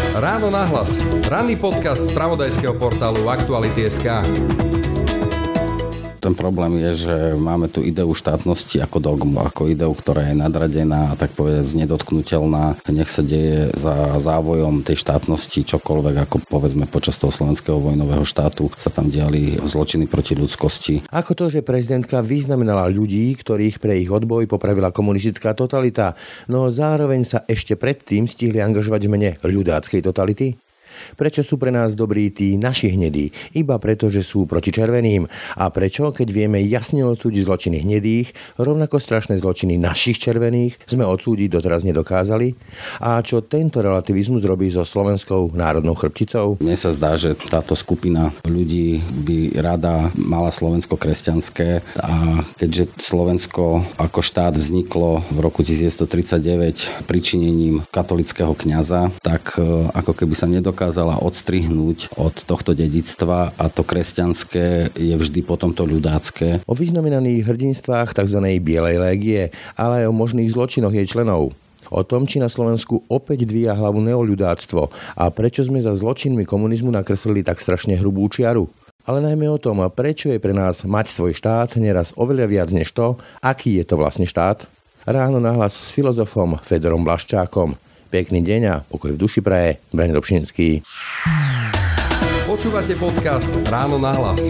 Ráno nahlas. Ranný podcast z spravodajského portálu Aktuality.sk. Ten problém je, že máme tu ideu štátnosti ako dogmu, ako ideu, ktorá je nadradená a tak povedať nedotknuteľná. Nech sa deje za závojom tej štátnosti čokoľvek, ako povedzme počas toho slovenského vojnového štátu sa tam diali zločiny proti ľudskosti. Ako to, že prezidentka vyznamenala ľudí, ktorých pre ich odboj popravila komunistická totalita, no zároveň sa ešte predtým stihli angažovať v mene ľudáckej totality? Prečo sú pre nás dobrí tí naši hnedí? Iba preto, že sú proti červeným. A prečo, keď vieme jasne odsúdiť zločiny hnedých, rovnako strašné zločiny našich červených sme odsúdiť doteraz nedokázali? A čo tento relativizmus robí so slovenskou národnou chrbticou? Mne sa zdá, že táto skupina ľudí by rada mala Slovensko kresťanské a keďže Slovensko ako štát vzniklo v roku 1939 pričinením katolického kňaza, tak ako keby sa nedokázala odstrihnúť od tohto dedičstva a to kresťanské je vždy potom to ľudácké. O vyznamenaných hrdinstvách tzv. Bielej légie, ale aj o možných zločinoch jej členov. O tom, či na Slovensku opäť dvíja hlavu neoľudáctvo a prečo sme za zločinmi komunizmu nakreslili tak strašne hrubú čiaru. Ale najmä o tom, prečo je pre nás mať svoj štát neraz oveľa viac než to, aký je to vlastne štát. Ráno nahlas s filozofom Fedorom Blaščákom. Pekný deň a pokoj v duši praje, Braňo Dobšinský. Počúvate podcast Ráno nahlas.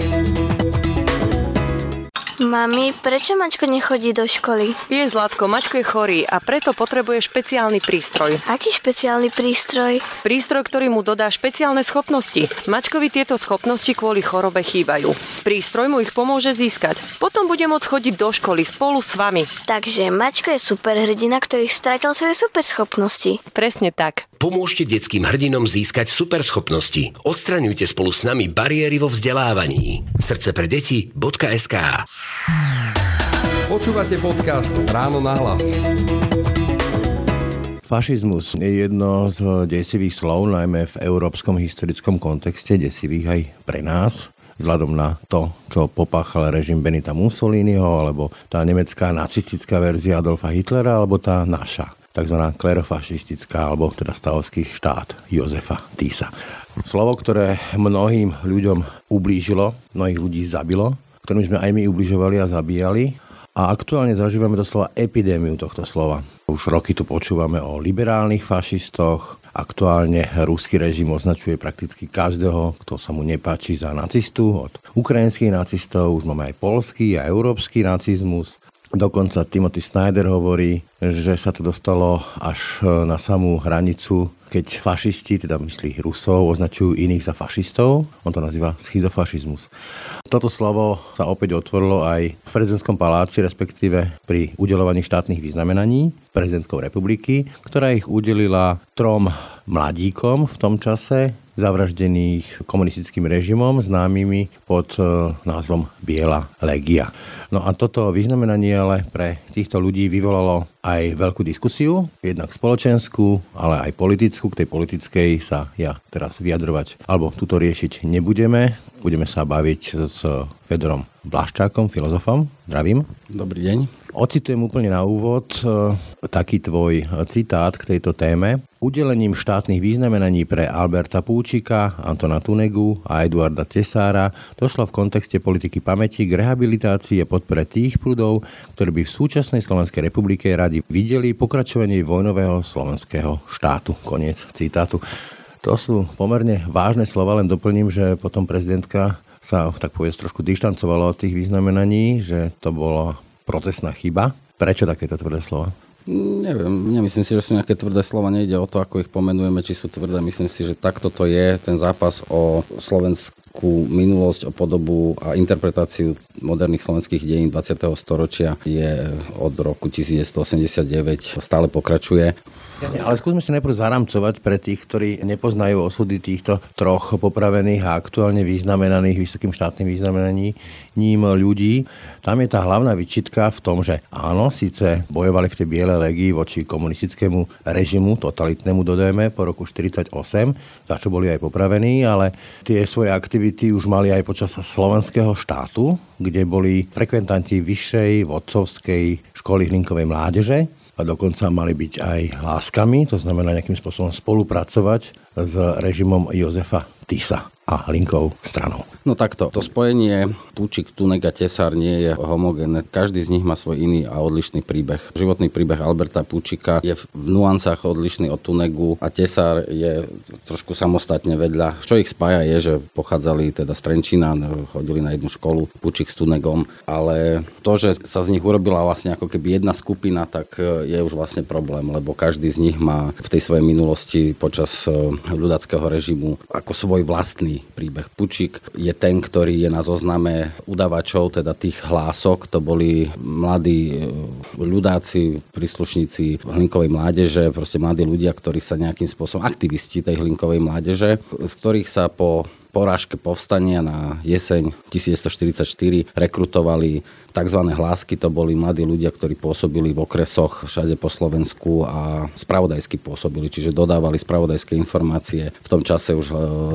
Mami, prečo Maťko nechodí do školy? Vieš, Zlatko, Maťko je chorý a preto potrebuje špeciálny prístroj. Aký špeciálny prístroj? Prístroj, ktorý mu dodá špeciálne schopnosti. Maťkovi tieto schopnosti kvôli chorobe chýbajú. Prístroj mu ich pomôže získať. Potom bude môcť chodiť do školy spolu s vami. Takže Maťko je superhrdina, ktorý stratil svoje superschopnosti. Presne tak. Pomôžte detským hrdinom získať superschopnosti. Odstraňujte spolu s nami bariéry vo vzdelávaní. srdcepredeti.sk. Počúvate podcast Ráno nahlas. Fašizmus je jedno z desivých slov, najmä v európskom historickom kontexte, desivých aj pre nás. Vzhľadom na to, čo popáchal režim Benita Mussoliniho, alebo tá nemecká nacistická verzia Adolfa Hitlera, alebo tá naša, takzvaná klerofašistická, alebo teda stavovský štát Jozefa Tisa. Slovo, ktoré mnohým ľuďom ublížilo, mnohých ľudí zabilo, ktorým sme aj my ubližovali a zabíjali. A aktuálne zažívame doslova epidémiu tohto slova. Už roky tu počúvame o liberálnych fašistoch. Aktuálne ruský režim označuje prakticky každého, kto sa mu nepáči, za nacistu. Od ukrajinských nacistov už máme aj poľský a európsky nacizmus. Dokonca Timothy Snyder hovorí, že sa to dostalo až na samú hranicu, keď fašisti, teda myslí Rusov, označujú iných za fašistov. On to nazýva schizofašizmus. Toto slovo sa opäť otvorilo aj v prezidentskom paláci, respektíve pri udeľovaní štátnych vyznamenaní prezidentkou republiky, ktorá ich udelila 3 mladíkom v tom čase, zavraždených komunistickým režimom, známymi pod názvom Biela légia. No a toto vyznamenanie ale pre týchto ľudí vyvolalo aj veľkú diskusiu, jednak spoločenskú, ale aj politickú. K tej politickej sa ja teraz vyjadrovať alebo tuto riešiť nebudeme. Budeme sa baviť s Fedorom Blaščákom, filozofom. Zdravím. Dobrý deň. Ocitujem úplne na úvod taký tvoj citát k tejto téme. Udelením štátnych vyznamenaní pre Alberta Púčika, Antona Tunegu a Eduarda Tesára došlo v kontexte politiky pamäti k rehabilitácii a podpore tých prúdov, ktorí by v súčasnej Slovenskej republike radi videli pokračovanie vojnového slovenského štátu. Koniec citátu. To sú pomerne vážne slova, len doplním, že potom prezidentka sa tak povedať trošku dištancovala od tých vyznamenaní, že to bola procesná chyba. Prečo takéto tvrdé slova? Neviem, nemyslím si, že sú nejaké tvrdé slova, nejde o to, ako ich pomenujeme, či sú tvrdé. Myslím si, že takto to je. Ten zápas o slovenskú minulosť, o podobu a interpretáciu moderných slovenských dejín 20. storočia je od roku 1989, stále pokračuje. Ale skúsme si najprv zaramcovať pre tých, ktorí nepoznajú osudy týchto 3 popravených a aktuálne vyznamenaných vysokým štátnym vyznamenaním ľudí. Tam je tá hlavná výčitka v tom, že áno, síce bojovali v tej Bielej légii voči komunistickému režimu, totalitnému dodajme, po roku 1948, za čo boli aj popravení, ale tie svoje aktivity už mali aj počas slovenského štátu, kde boli frekventanti vyššej vodcovskej školy Hlinkovej mládeže. a dokonca mali byť aj láskami, to znamená nejakým spôsobom spolupracovať s režimom Jozefa Tisa a Hlinkovou stranou. No takto, to spojenie Púčik, Tunek a Tesár nie je homogénne. Každý z nich má svoj iný a odlišný príbeh. Životný príbeh Alberta Púčika je v nuancách odlišný od Tunegu a Tesár je trošku samostatne vedľa. Čo ich spája je, že pochádzali teda z Trenčína, chodili na jednu školu, Púčik s Tunegom, ale to, že sa z nich urobila vlastne ako keby jedna skupina, tak je už vlastne problém, lebo každý z nich má v tej svojej minulosti počas ľudáckeho režimu ako svoj vlastný príbeh. Púčik je ten, ktorý je na zozname udavačov, teda tých hlások. To boli mladí ľudáci, príslušníci Hlinkovej mládeže, proste mladí ľudia, ktorí sa nejakým spôsobom, aktivisti tej Hlinkovej mládeže, z ktorých sa po porážke povstania na jeseň 1944 rekrutovali tzv. Hlásky. To boli mladí ľudia, ktorí pôsobili v okresoch všade po Slovensku a spravodajsky pôsobili, čiže dodávali spravodajské informácie. V tom čase už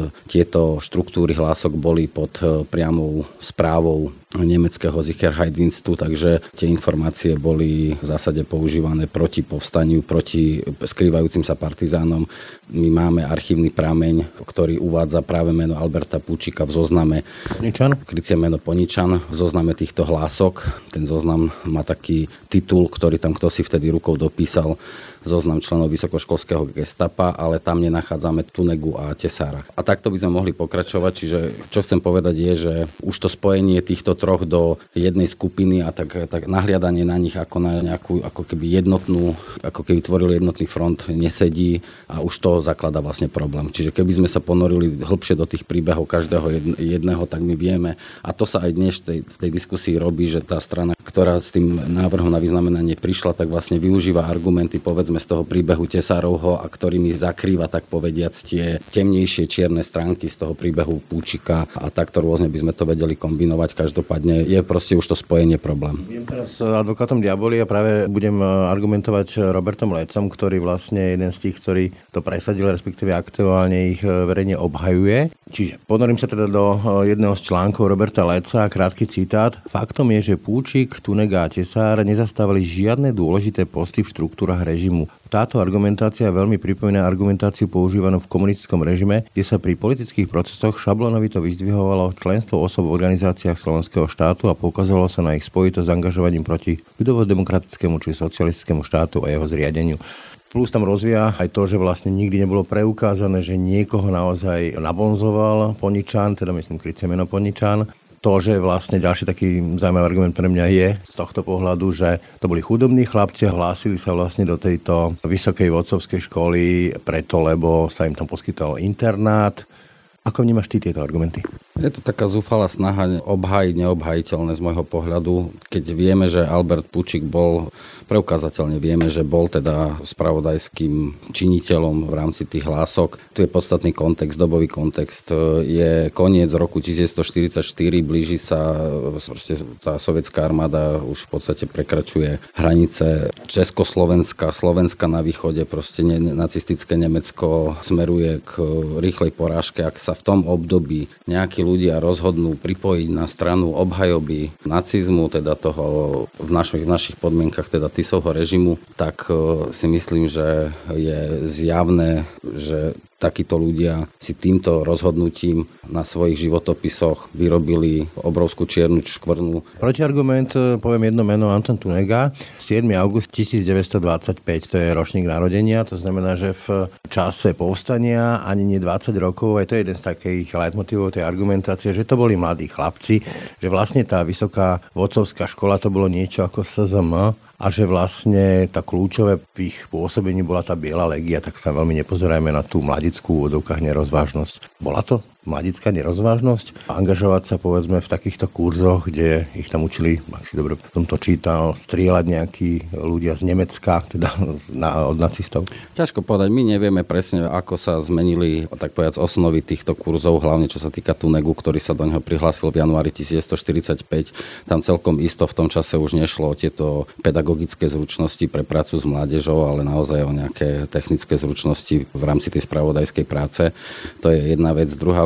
tieto štruktúry hlások boli pod priamou správou nemeckého Sicherheitsdienstu, takže tie informácie boli v zásade používané proti povstaniu, proti skrývajúcim sa partizánom. My máme archívny prameň, ktorý uvádza práve meno Alberta Púčika v zozname Poničan? Krycie meno Poničan v zozname týchto hlások. Ten zoznam má taký titul, ktorý tam kto si vtedy rukou dopísal, zoznam členov vysokoškolského gestapa, ale tam nenachádzame Tunegu a Tesára. A takto by sme mohli pokračovať, čiže čo chcem povedať je, že už to spojenie týchto troch do jednej skupiny a tak nahliadanie na nich ako na nejakú ako keby jednotnú, ako keby tvorili jednotný front, nesedí a už to zakladá vlastne problém. Čiže keby sme sa ponorili hlbšie do tých príbehov každého jedného, tak my vieme, a to sa aj dnes v tej diskusii robí, že tá strana, ktorá s tým návrhom na vyznamenanie prišla, tak vlastne využíva argumenty, povedzme, z toho príbehu Tesárovho a ktorými zakrýva, tak povediac, tie temnejšie čierne stránky z toho príbehu Púčika a takto rôzne by sme to vedeli kombinovať. Každopádne je proste už to spojenie problém. Budem teraz advokátom diaboli a práve budem argumentovať Robertom Lecom, ktorý vlastne jeden z tých, ktorí to presadil, respektíve aktuálne ich verejne obhajuje. Čiže ponorím sa teda do jedného z článkov Roberta Leca, krátky citát. Faktom je, že Púčik, Tunega a Tesár nezastávali žiadne dôležité posty v štruktúrach režimu. Táto argumentácia veľmi pripomína argumentáciu používanú v komunistickom režime, kde sa pri politických procesoch šablonovito vyzdvihovalo členstvo osôb v organizáciách slovenského štátu a poukazovalo sa na ich spojitosť s angažovaním proti ľudovo-demokratickému či socialistickému štátu a jeho zriadeniu. Plus tam rozvíja aj to, že vlastne nikdy nebolo preukázané, že niekoho naozaj nabonzoval Poničan, teda myslím krycie meno Poničan. To, že vlastne ďalší taký zaujímavý argument pre mňa je z tohto pohľadu, že to boli chudobní chlapci a hlásili sa vlastne do tejto vysokej vodcovskej školy preto, lebo sa im tam poskytoval internát. Ako vnímaš ty tieto argumenty? Je to taká zúfalá snaha obhájiť neobhajiteľné z môjho pohľadu, keď vieme, že Albert Púčik bol, preukázateľne vieme, že bol teda spravodajským činiteľom v rámci tých hlások. Tu je podstatný kontext, dobový kontext. Je koniec roku 1944, blíži sa, proste tá sovietská armáda už v podstate prekračuje hranice Československa, Slovenska na východe, proste nacistické Nemecko smeruje k rýchlej porážke. Ak sa v tom období nejakí ľudia rozhodnú pripojiť na stranu obhajoby nacizmu, teda toho v našich podmienkach, teda Tisovho režimu, tak si myslím, že je zjavné, že takíto ľudia si týmto rozhodnutím na svojich životopisoch vyrobili obrovskú čiernu škvrnu. Protiargument, poviem jedno meno, Anton Tunega, 7. august 1925, to je ročník narodenia, to znamená, že v čase povstania ani nie 20 rokov, aj to je jeden z takých leitmotivov tej argumentácie, že to boli mladí chlapci, že vlastne tá vysoká vodcovská škola to bolo niečo ako SZM a že vlastne tá kľúčové v ich pôsobení bola tá biela legia, tak sa veľmi nepozerajme na tú mladickú v úvodzovkách nerozvážnosť. Bola to mladická nerozvážnosť? Angažovať sa povedzme v takýchto kurzoch, kde ich tam učili, ak si dobre som to čítal, strieľať nejakí ľudia z Nemecka, teda od nacistov? Ťažko povedať, my nevieme presne, ako sa zmenili, tak povedať, osnovy týchto kurzov, hlavne čo sa týka Tunegu, ktorý sa do neho prihlásil v januári 1945. Tam celkom isto v tom čase už nešlo o tieto pedagogické zručnosti pre prácu s mládežou, ale naozaj o nejaké technické zručnosti v rámci tej spravodajskej práce. To je jedna vec. Druhá vec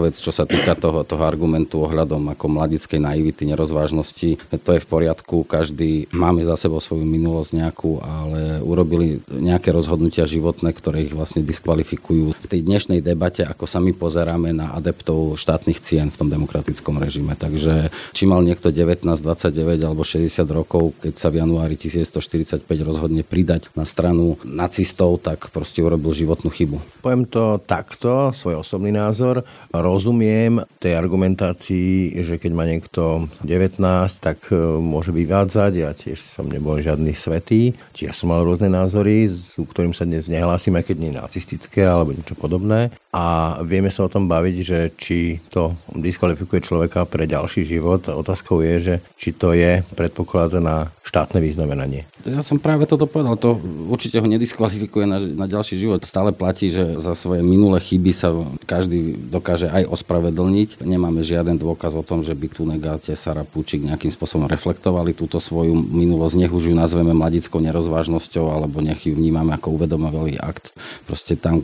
vec, čo sa týka toho argumentu ohľadom ako mladickej naivity, nerozvážnosti. To je v poriadku, každý máme za sebou svoju minulosť nejakú, ale urobili nejaké rozhodnutia životné, ktoré ich vlastne diskvalifikujú v tej dnešnej debate, ako sa my pozeráme na adeptov štátnych cien v tom demokratickom režime. Takže či mal niekto 19, 29 alebo 60 rokov, keď sa v januári 1945 rozhodne pridať na stranu nacistov, tak proste urobil životnú chybu. Poviem to takto, svoj osobný názor. Rozumiem tej argumentácii, že keď má niekto 19, tak môže vyvádzať. Ja tiež som nebol žiadny svätý. Či ja som mal rôzne názory, s ktorým sa dnes nehlásim, aj keď nie nacistické alebo niečo podobné. A vieme sa o tom baviť, že či to diskvalifikuje človeka pre ďalší život. Otázkou je, že či to je predpoklad na štátne vyznamenanie. Ja som práve toto povedal. To určite ho nediskvalifikuje na ďalší život. Stále platí, že za svoje minulé chyby sa každý dokáže aj ospravedlniť. Nemáme žiaden dôkaz o tom, že by tu Negáte, Sara Púčik nejakým spôsobom reflektovali túto svoju minulosť. Nech už ju nazveme mladickou nerozvážnosťou, alebo nech ju vnímame ako uvedomový akt. Proste tam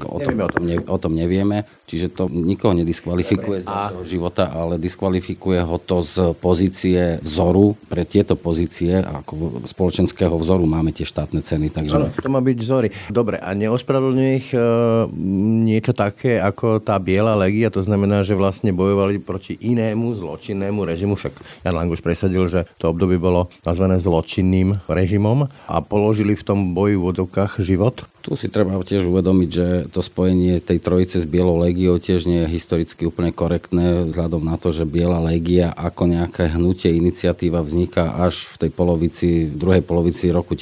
o tom nevieme. Čiže to nikoho nediskvalifikuje z svojho života, ale diskvalifikuje ho to z pozície vzoru. Pre tieto pozície ako spoločenského vzoru máme tie štátne ceny. Takže... To má byť vzory. Dobre, a neospravedlňuje ich niečo také ako tá biela legia, to znamená, že vlastne bojovali proti inému zločinnému režimu, však Jan Languš presadil, že to obdobie bolo nazvané zločinným režimom a položili v tom boji v odzovkách život? Tu si treba tiež uvedomiť, že to spojenie tej trojice s Bielou légiou tiež nie je historicky úplne korektné, vzhľadom na to, že Biela légia ako nejaké hnutie, iniciatíva vzniká až v tej druhej polovici roku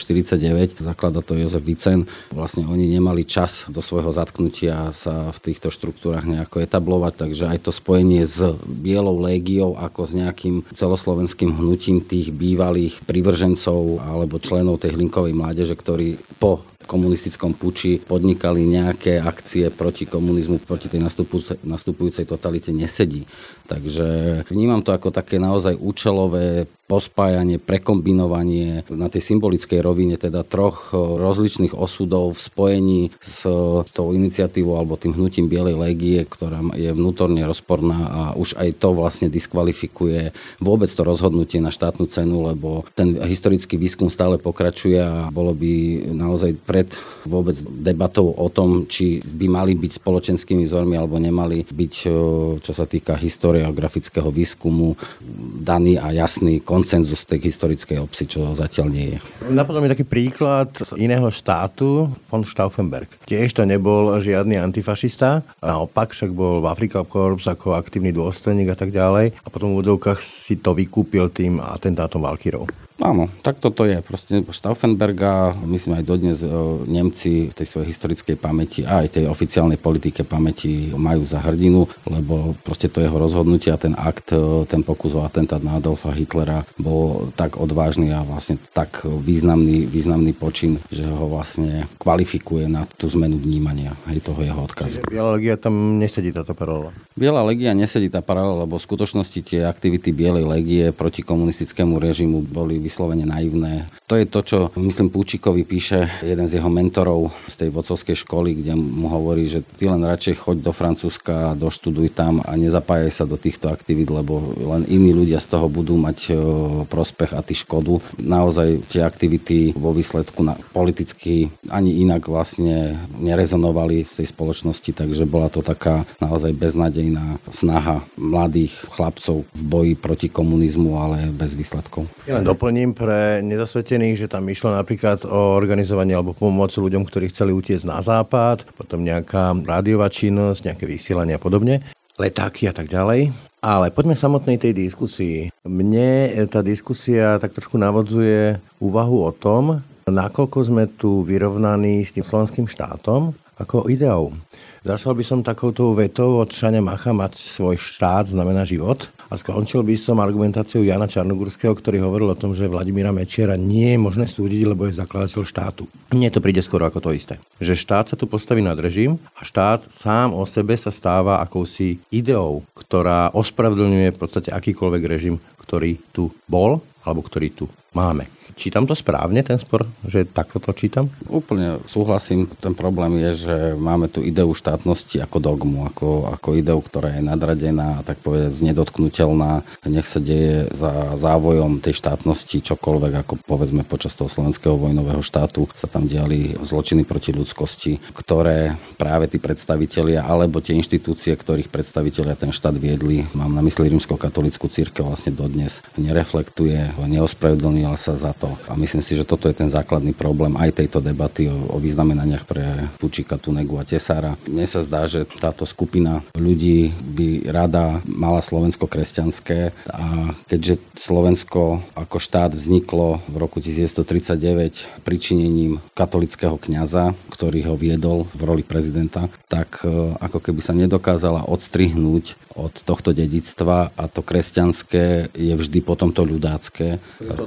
1949. Zaklada to Jozef Vicen. Vlastne oni nemali čas do svojho zatknutia sa v týchto štruktúrach nejako etablovať, takže aj to spojenie s Bielou légiou ako s nejakým celoslovenským hnutím tých bývalých privržencov alebo členov tej Hlinkovej mládeže, ktorí po komunistickom puči podnikali nejaké akcie proti komunizmu, proti tej nastupujúcej totalite nesedí. Takže vnímam to ako také naozaj účelové pospájanie, prekombinovanie na tej symbolickej rovine teda troch rozličných osudov v spojení s tou iniciatívou alebo tým hnutím Bielej légie, ktorá je vnútorne rozporná a už aj to vlastne diskvalifikuje vôbec to rozhodnutie na štátnu cenu, lebo ten historický výskum stále pokračuje a bolo by naozaj pred vôbec debatou o tom, či by mali byť spoločenskými vzormi alebo nemali byť, čo sa týka historiografického výskumu, daný a jasný konsenzus tej historickej obci, čo zatiaľ nie je. Napadol mi taký príklad z iného štátu, von Stauffenberg. Tiež to nebol žiadny antifašista, naopak však bol v Afrika Korps ako aktívny dôstojník a tak ďalej a potom v údovkách si to vykúpil tým atentátom Valkyrov. Áno, tak toto je. Proste Stauffenberga, myslím aj dodnes Nemci v tej svojej historickej pamäti a aj tej oficiálnej politike pamäti majú za hrdinu, lebo proste to jeho rozhodnutie a ten akt, ten pokus o atentát na Adolfa Hitlera bol tak odvážny a vlastne tak významný počin, že ho vlastne kvalifikuje na tú zmenu vnímania aj toho jeho odkazu. Biela légia tam nesedí táto paralela. Biela légia nesedí tá paralela, lebo v skutočnosti tie aktivity Bielej légie proti komunistickému režimu boli vyslovene naivné. To je to, čo myslím Púčikovi píše jeden z jeho mentorov z tej vodcovskej školy, kde mu hovorí, že ty len radšej choď do Francúzska, doštuduj tam a nezapájaj sa do týchto aktivít, lebo len iní ľudia z toho budú mať prospech a ty škodu. Naozaj tie aktivity vo výsledku politicky ani inak vlastne nerezonovali z tej spoločnosti, takže bola to taká naozaj beznádejná snaha mladých chlapcov v boji proti komunizmu, ale bez výsledkov. Ja len doplním pre nezasvetených, že tam išlo napríklad o organizovanie alebo pomoc ľuďom, ktorí chceli utiecť na západ, potom nejaká rádiová činnosť, nejaké vysielanie a podobne, letáky a tak ďalej. Ale poďme samotnej tej diskusii. Mne tá diskusia tak trošku navodzuje úvahu o tom, nakoľko sme tu vyrovnaní s tým slovenským štátom ako ideou. Začal by som takouto vetou od Šaňa Macha, mať svoj štát znamená život. A skončil by som argumentáciou Jana Čarnogurského, ktorý hovoril o tom, že Vladimíra Mečiara nie je možné súdiť, lebo je zakladateľ štátu. Mne to príde skoro ako to isté. Že štát sa tu postaví nad režim a štát sám o sebe sa stáva akousi ideou, ktorá ospravedlňuje v podstate akýkoľvek režim, ktorý tu bol alebo ktorý tu máme. Čítam to správne, ten spor, že takto to čítam? Úplne súhlasím. Ten problém je, že máme tu ideu štátnosti ako dogmu, ako ideu, ktorá je nadradená, tak povedať nedotknuteľná. Nech sa deje za závojom tej štátnosti čokoľvek, ako povedzme počas toho slovenského vojnového štátu sa tam diali zločiny proti ľudskosti, ktoré práve tí predstavitelia alebo tie inštitúcie, ktorých predstavitelia ten štát viedli, mám na mysli rímskokatolícku cirkev, vlastne dodnes nereflektuje, neospravedlnila sa za to. A myslím si, že toto je ten základný problém aj tejto debaty o vyznamenaniach pre Fučíka, Tunegu a Tesára. Mne sa zdá, že táto skupina ľudí by rada mala Slovensko kresťanské a keďže Slovensko ako štát vzniklo v roku 1939 pričinením katolického kňaza, ktorý ho viedol v roli prezidenta, tak ako keby sa nedokázala odstrihnúť od tohto dedičstva a to kresťanské je vždy potom to ľudácké.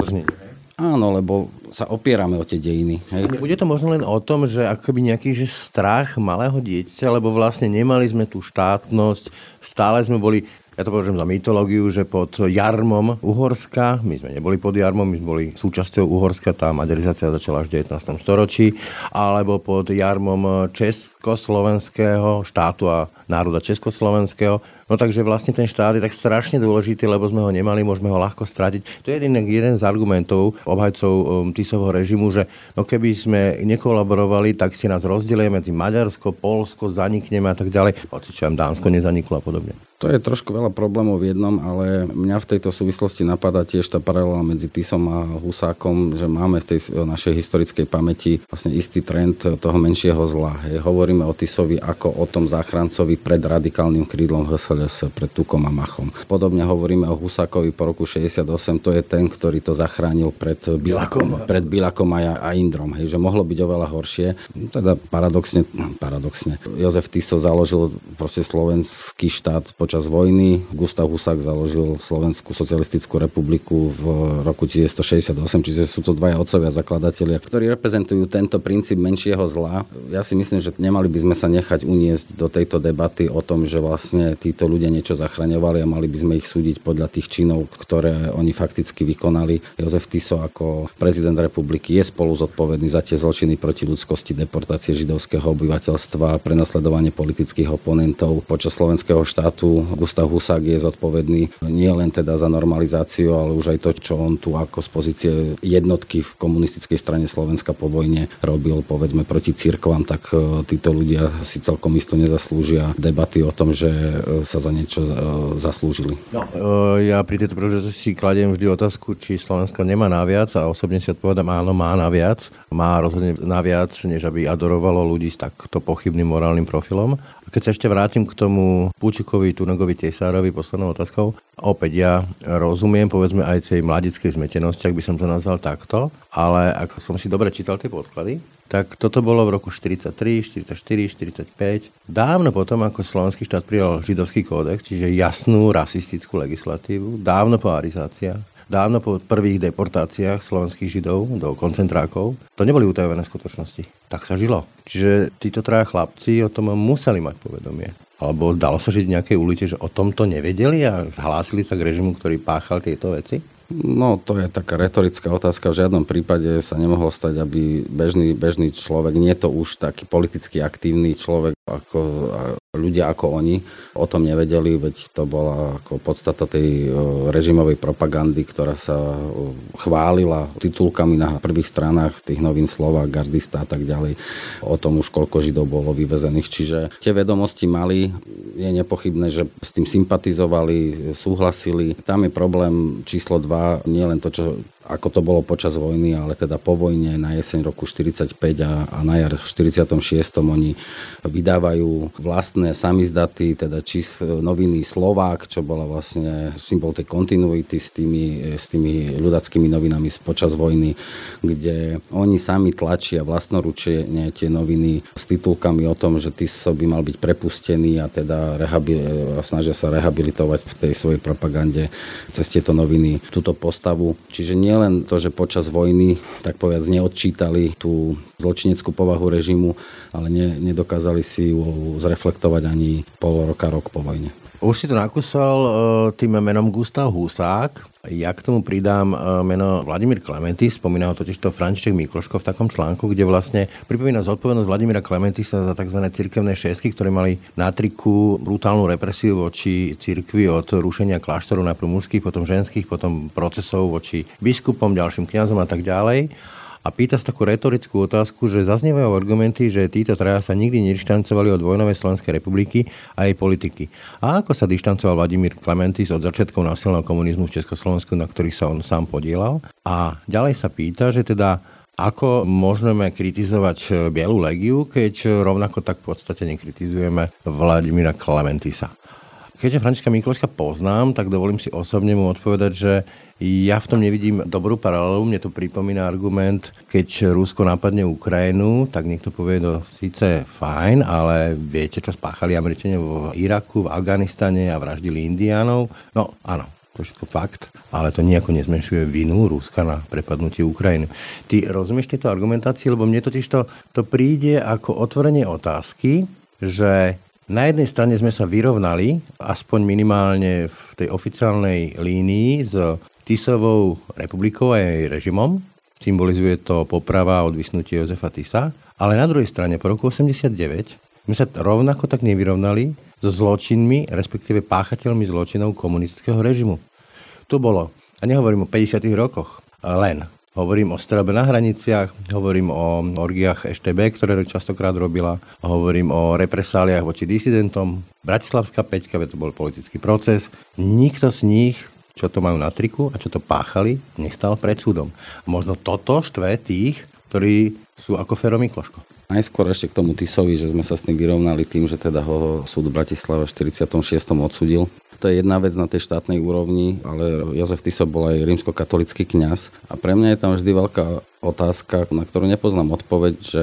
Áno, lebo sa opierame o tie dejiny. Hej. Bude to možno len o tom, že akoby nejaký strach malého dieťaťa, lebo vlastne nemali sme tú štátnosť, stále sme boli, ja to považujem za mytológiu, že pod jarmom Uhorska, my sme neboli pod jarmom, my sme boli súčasťou Uhorska, tá maďarizácia začala až v 19. storočí, alebo pod jarmom československého štátu a národa československého. No takže vlastne ten štát je tak strašne dôležitý, lebo sme ho nemali, môžeme ho ľahko stratiť. To je jeden z argumentov obhajcov Tisovho režimu, že no keby sme nekolaborovali, tak si nás rozdelia medzi Maďarsko, Poľsko, zanikneme a tak ďalej. Hoci čo Dánsko nezaniklo a podobne. To je trošku veľa problémov v jednom, ale mňa v tejto súvislosti napadá tiež tá paralela medzi Tisom a Husákom, že máme v tej našej historickej pamäti vlastne istý trend toho menšieho zla. Hej. Hovoríme o Tisovi ako o tom záchrancovi pred radikálnym krídlom HSLS, pred Tukom a Machom. Podobne hovoríme o Husákovi po roku 68, to je ten, ktorý to zachránil pred Bilakom a Indrom. Hej, že mohlo byť oveľa horšie. Teda paradoxne, Jozef Tiso založil proste slovenský štát počas vojny. Gustav Husák založil Slovenskú socialistickú republiku v roku 1968, čiže sú to dvaja otcovia zakladatelia, ktorí reprezentujú tento princíp menšieho zla. Ja si myslím, že nemali by sme sa nechať uniesť do tejto debaty o tom, že vlastne títo ľudia niečo zachraňovali a mali by sme ich súdiť podľa tých činov, ktoré oni fakticky vykonali. Jozef Tiso ako prezident republiky je spolu zodpovedný za tie zločiny proti ľudskosti, deportácie židovského obyvateľstva, prenasledovanie politických oponentov počas slovenského štátu. Gustav Husák je zodpovedný nie len teda za normalizáciu, ale už aj to, čo on tu ako z pozície jednotky v komunistickej strane Slovenska po vojne robil, povedzme, proti cirkvám, tak títo ľudia si celkom isto nezaslúžia debaty o tom, že sa za niečo zaslúžili. No, ja pri tejto príležitosti kladiem vždy otázku, či Slovensko nemá naviac a osobne si odpovedám, áno, má naviac. Má rozhodne naviac, než aby adorovalo ľudí s takto pochybným morálnym profilom. A keď sa ešte vrátim k tomu Fučíkovi, Tunegovi, Tesárovi, poslednou otázkou, opäť ja rozumiem, povedzme, aj tej mladickej zmetenosti, ak by som to nazval takto, ale ako som si dobre čítal tie podklady, tak toto bolo v roku 43, 44, 45. Dávno potom, ako slovenský štát prijal židovský kódex, čiže jasnú rasistickú legislatívu, dávno po arizáciách, dávno po prvých deportáciách slovenských židov do koncentrákov. To neboli utajené skutočnosti. Tak sa žilo. Čiže títo traja chlapci o tom museli mať povedomie. Alebo dalo sa žiť v nejakej ulici, že o tomto nevedeli a hlásili sa k režimu, ktorý páchal tieto veci? No, to je taká retorická otázka. V žiadnom prípade sa nemohlo stať, aby bežný človek, nie to už taký politicky aktívny človek, ako ľudia ako oni, o tom nevedeli, veď to bola ako podstata tej režimovej propagandy, ktorá sa chválila titulkami na prvých stranách tých novín Slova, Gardista a tak ďalej. O tom už koľko Židov bolo vyvezených. Čiže tie vedomosti mali, je nepochybné, že s tým sympatizovali, súhlasili. Tam je problém číslo 2, nie len to, ako to bolo počas vojny, ale teda po vojne na jeseň roku 45 a na jar v 46. oni vydávajú vlastné samizdaty, teda noviny Slovák, čo bola vlastne symbol tej kontinuity s tými ľudáckými novinami počas vojny, kde oni sami tlačia vlastnoručne tie noviny s titulkami o tom, že Tiso by mal byť prepustený a teda snažia sa rehabilitovať v tej svojej propagande cez tieto noviny túto postavu. Čiže nie len to, že počas vojny, tak povedať, neodčítali tú zločineckú povahu režimu, ale nedokázali si ju zreflektovať ani pol roka, rok po vojne. Už si to nakúsal tým menom Gustav Husák. Ja k tomu pridám meno Vladimír Klementis, spomína ho totižto František Mikloško v takom článku, kde vlastne pripomína zodpovednosť Vladimíra Klementisa za tzv. Cirkevné šestky, ktoré mali na triku brutálnu represiu voči cirkvi od rušenia kláštoru najprv mužských, potom ženských, potom procesov voči biskupom, ďalším kňazom a tak ďalej. A pýta sa takú retorickú otázku, že zaznievajú argumenty, že títo traja sa nikdy nedištancovali od vojnovej Slovenskej republiky a jej politiky. A ako sa dištancoval Vladimír Klementis od začiatkov násilného komunizmu v Československu, na ktorých sa on sám podielal? A ďalej sa pýta, že teda ako môžeme kritizovať Bielu legiu, keď rovnako tak v podstate nekritizujeme Vladimíra Klementisa. Keďže Františka Mikloška poznám, tak dovolím si osobne mu odpovedať, že ja v tom nevidím dobrú paralelu. Mne to pripomína argument, keď Rusko napadne Ukrajinu, tak niekto povie, no síce fajn, ale viete, čo spáchali Američania v Iraku, v Afganistane a vraždili Indiánov? No áno, to je všetko fakt, ale to nejako nezmenšuje vinu Ruska na prepadnutie Ukrajiny. Ty rozumieš tieto argumentácie, lebo mne totiž to príde ako otvorenie otázky, že na jednej strane sme sa vyrovnali, aspoň minimálne v tej oficiálnej línii, s Tisovou republikou a jej režimom. Symbolizuje to poprava a odvisnutie Jozefa Tisa. Ale na druhej strane, po roku 89, sme sa rovnako tak nevyrovnali so zločinmi, respektíve páchateľmi zločinov komunistického režimu. To bolo, a nehovorím o 50. rokoch, len. Hovorím o streľbe na hraniciach, hovorím o orgiách EŠTB, ktoré častokrát robila, hovorím o represáliách voči disidentom. Bratislavská päťka, to bol politický proces. Nikto z nich, čo to majú na triku a čo to páchali, nestal pred súdom. A možno toto štve tých, ktorí sú ako Fero Mikloško. Najskôr ešte k tomu Tisovi, že sme sa s tým vyrovnali tým, že teda ho súd v Bratislave v 46. odsúdil. To je jedna vec na tej štátnej úrovni, ale Jozef Tiso bol aj rímskokatolický kňaz a pre mňa je tam vždy veľká otázka, na ktorú nepoznám odpoveď, že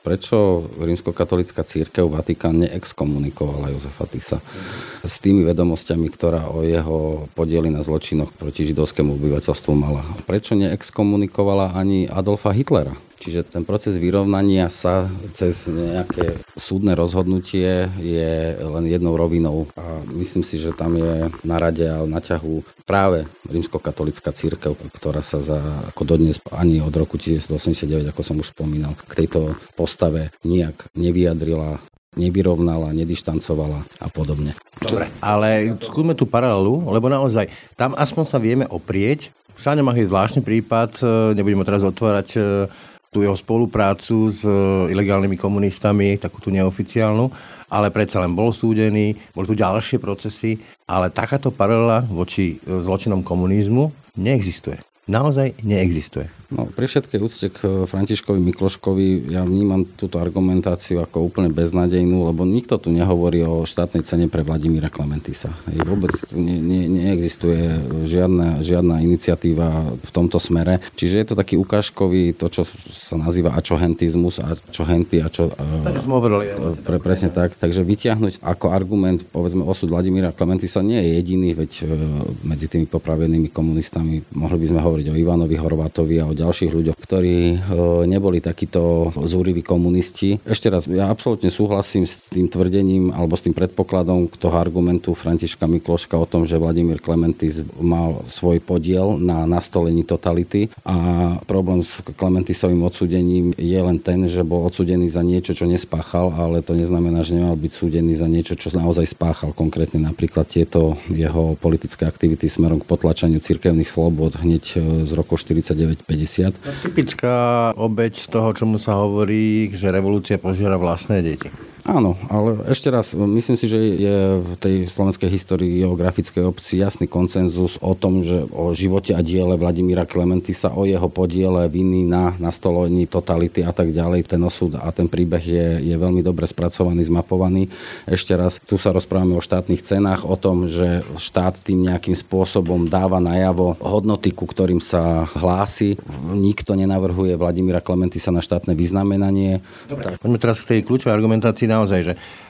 prečo rímskokatolícka cirkev Vatikán neexkomunikovala Jozefa Tisa s tými vedomosťami, ktorá o jeho podieli na zločinoch proti židovskému obyvateľstvu mala. Prečo neexkomunikovala ani Adolfa Hitlera? Čiže ten proces vyrovnania sa cez nejaké súdne rozhodnutie je len jednou rovinou a myslím si, že tam je na rade a na ťahu práve rímskokatolícka cirkev, ktorá sa ako dodnes ani od roku 1989, ako som už spomínal, k tejto postave nijak nevyjadrila, nevyrovnala, nedištancovala a podobne. Dobre, ale skúsme tú paralelu, lebo naozaj tam aspoň sa vieme oprieť. Šáňa Mach je zvláštny prípad, nebudeme teraz otvárať tú jeho spoluprácu s ilegálnymi komunistami, takú tú neoficiálnu, ale predsa len bol súdený, boli tu ďalšie procesy, ale takáto paralela voči zločinom komunizmu neexistuje. Naozaj neexistuje. No, pri všetkej úcte k Františkovi Mikloškovi ja vnímam túto argumentáciu ako úplne beznádejnú, lebo nikto tu nehovorí o štátnej cene pre Vladimíra Klementisa. Vôbec tu neexistuje žiadna iniciatíva v tomto smere. Čiže je to taký ukážkový, to, čo sa nazýva ačohentizmus, a čo henty, a čo... presne tak. Takže vyťahnuť ako argument, povedzme, osud Vladimíra Klementisa nie je jediný, veď medzi tými popravenými komunistami mohli by sme hovoriť o Ivanovi Horvátovi a o ďalších ľuďoch, ktorí neboli takíto zúriví komunisti. Ešte raz, ja absolútne súhlasím s tým tvrdením alebo s tým predpokladom toho argumentu Františka Mikloška o tom, že Vladimír Klementis mal svoj podiel na nastolení totality a problém s Klementisovým odsúdením je len ten, že bol odsúdený za niečo, čo nespáchal, ale to neznamená, že nemal byť súdený za niečo, čo naozaj spáchal. Konkrétne napríklad tieto jeho politické aktivity smerom k potlačaniu cirkevných slobôd hneď z rokov 49-50. Typická obeť toho, čomu sa hovorí, že revolúcia požiera vlastné deti. Áno, ale ešte raz, myslím si, že je v tej slovenskej histórii geografickej obci jasný konsenzus o tom, že o živote a diele Vladimíra Klementisa, o jeho podiele viny na nastolení totality a tak ďalej. Ten osud a ten príbeh je veľmi dobre spracovaný, zmapovaný. Ešte raz, tu sa rozprávame o štátnych cenách, o tom, že štát tým nejakým spôsobom dáva najavo hodnoty, ku ktorým sa hlási. Nikto nenavrhuje Vladimíra Klementisa na štátne vyznamenanie. Dobre, poďme teraz k tej kľúčovej argumentácii naozaj, že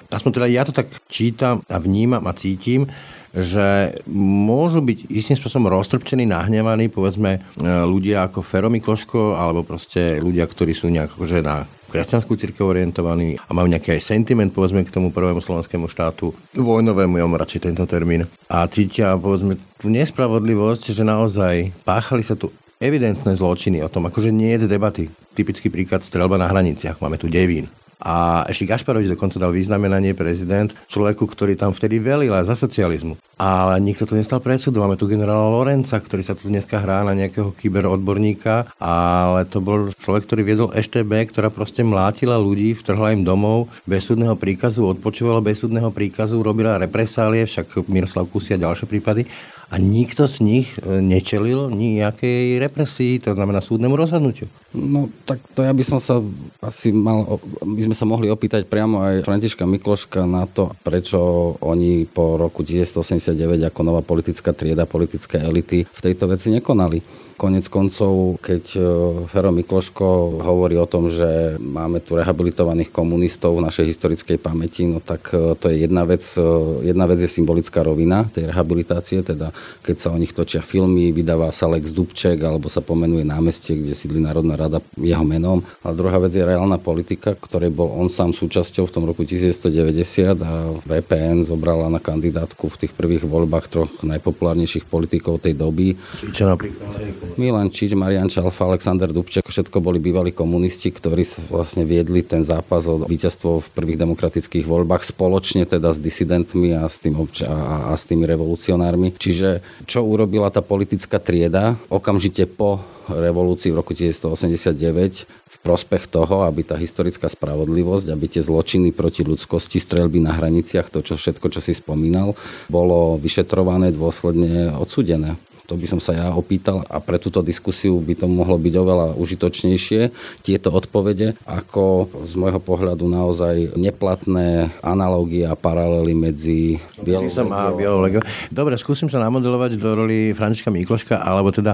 aspoň teda ja to tak čítam a vnímam a cítim, že môžu byť istým spôsobom roztrpčení, nahnevaní, povedzme, ľudia ako Fero Mikloško, alebo proste ľudia, ktorí sú nejak akože na kresťanskú cirkev orientovaní a majú nejaký aj sentiment, povedzme, k tomu prvému slovenskému štátu, vojnovému, ja mám radšej tento termín, a cítia, povedzme, tú nespravodlivosť, že naozaj páchali sa tu evidentné zločiny o tom, akože nie je debaty. Typický príklad, streľba na hraniciach, máme tu Devín. A ešte Gašparovič dokonca dal vyznamenanie prezident človeku, ktorý tam vtedy velil aj za socializmu. Ale nikto tu nestal pred súdom. Máme tu generála Lorenca, ktorý sa tu dneska hrá na nejakého kyberodborníka, ale to bol človek, ktorý viedol EŠTB, ktorá proste mlátila ľudí, vtrhla im domov bez súdneho príkazu, odpočúvala bez súdneho príkazu, robila represálie, však Miroslav Kusia a ďalšie prípady. A nikto z nich nečelil nejakej represii, to znamená súdnemu rozhodnutiu. No tak to ja by som sa asi by sme sa mohli opýtať priamo aj Františka Mikloška na to, prečo oni po roku 1989 ako nová politická trieda, politické elity v tejto veci nekonali. Konec koncov, keď Fero Mikloško hovorí o tom, že máme tu rehabilitovaných komunistov v našej historickej pamäti, no tak to je jedna vec. Jedna vec je symbolická rovina tej rehabilitácie, teda keď sa o nich točia filmy, vydáva sa Lex Dubček alebo sa pomenuje námestie, kde sídli Národná rada jeho menom. A druhá vec je reálna politika, ktorej bol on sám súčasťou v tom roku 1990 a VPN zobrala na kandidátku v tých prvých voľbách troch najpopulárnejších politikov tej doby. Čo napríklad? Milan Čič, Marián Čalfa, Alexander Dubček, všetko boli bývalí komunisti, ktorí sa vlastne viedli ten zápas o víťazstvo v prvých demokratických voľbách spoločne teda s disidentmi a s tými revolucionármi. Čiže čo urobila tá politická trieda okamžite po revolúcii v roku 1989 v prospech toho, aby tá historická spravodlivosť, aby tie zločiny proti ľudskosti, streľby na hraniciach, to všetko, čo si spomínal, bolo vyšetrované, dôsledne odsúdené. To by som sa ja opýtal a pre túto diskusiu by to mohlo byť oveľa užitočnejšie. Tieto odpovede ako z môjho pohľadu naozaj neplatné analogie a paralely medzi Bielou legou. Dobre, skúsim sa namodelovať do roli Františka Mikloška, alebo teda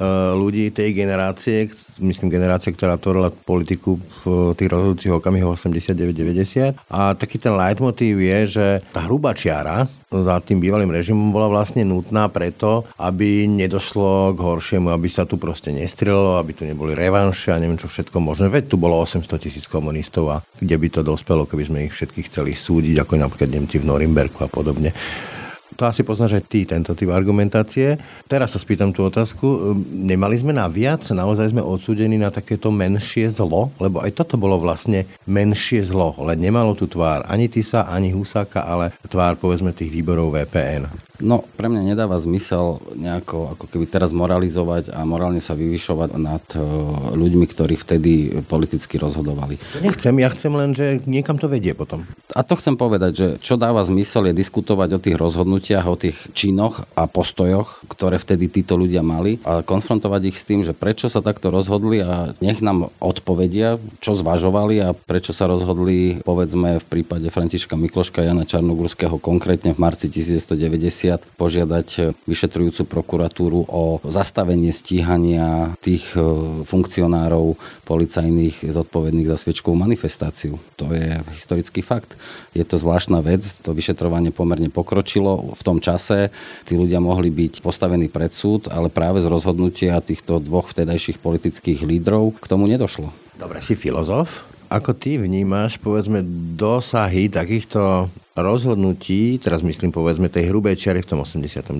ľudí tej generácie, myslím generácie, ktorá tvorila politiku v tých rozhodujúcich okamihoch 89-90. A taký ten leitmotív je, že tá hrubá čiara za tým bývalým režimom bola vlastne nutná preto, aby nedošlo k horšiemu, aby sa tu proste nestrelilo, aby tu neboli revanše a neviem čo všetko možné. Veď tu bolo 800,000 komunistov a kde by to dospelo, keby sme ich všetkých chceli súdiť, ako napríklad Nemci v Norimberku a podobne. To asi poznáš aj ty, tento typ argumentácie. Teraz sa spýtam tú otázku. Nemali sme na viac? Naozaj sme odsúdení na takéto menšie zlo? Lebo aj toto bolo vlastne menšie zlo. Len nemalo tu tvár ani Tisa, ani Husáka, ale tvár, povedzme, tých výborov VPN. No, pre mňa nedáva zmysel nejako ako keby teraz moralizovať a morálne sa vyvyšovať nad ľuďmi, ktorí vtedy politicky rozhodovali. Nechcem, ja chcem len, že niekam to vedie potom. A to chcem povedať, že čo dáva zmysel je diskutovať o tých rozhodnutiach, o tých činoch a postojoch, ktoré vtedy títo ľudia mali a konfrontovať ich s tým, že prečo sa takto rozhodli a nech nám odpovedia, čo zvažovali a prečo sa rozhodli, povedzme v prípade Františka Mikloška, Jana Čarnogurského konkrétne v marci 1990 požiadať vyšetrujúcu prokuratúru o zastavenie stíhania tých funkcionárov policajných zodpovedných za sviečkovú manifestáciu. To je historický fakt. Je to zvláštna vec, to vyšetrovanie pomerne pokročilo v tom čase. Tí ľudia mohli byť postavení pred súd, ale práve z rozhodnutia týchto dvoch vtedajších politických lídrov k tomu nedošlo. Dobre, si filozof. Ako ty vnímaš, povedzme, dosahy takýchto rozhodnutí, teraz myslím, povedzme, tej hrubej čiary v tom 89.,